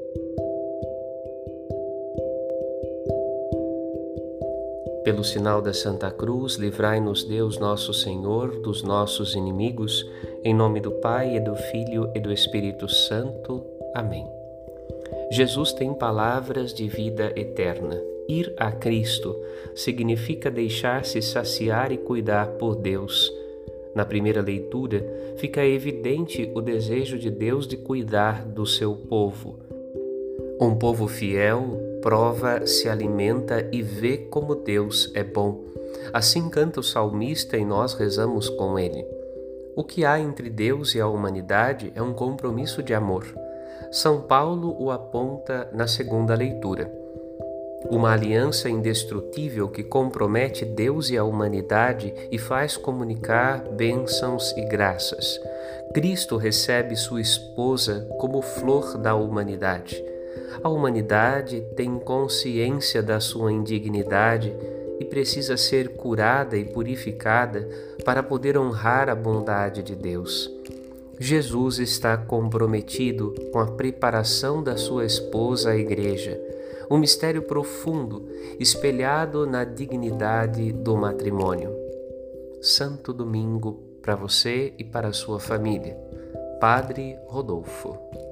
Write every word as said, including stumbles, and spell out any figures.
Pelo sinal da Santa Cruz, livrai-nos Deus nosso Senhor dos nossos inimigos, em nome do Pai, e do Filho e do Espírito Santo. Amém. Jesus tem palavras de vida eterna. Ir a Cristo significa deixar-se saciar e cuidar por Deus. Na primeira leitura, fica evidente o desejo de Deus de cuidar do seu povo. Um povo fiel prova, se alimenta e vê como Deus é bom. Assim canta o salmista e nós rezamos com ele. O que há entre Deus e a humanidade é um compromisso de amor. São Paulo o aponta na segunda leitura. Uma aliança indestrutível que compromete Deus e a humanidade e faz comunicar bênçãos e graças. Cristo recebe sua esposa como flor da humanidade. A humanidade tem consciência da sua indignidade e precisa ser curada e purificada para poder honrar a bondade de Deus. Jesus está comprometido com a preparação da sua esposa, a Igreja, um mistério profundo, espelhado na dignidade do matrimônio. Santo Domingo para você e para a sua família. Padre Rodolfo.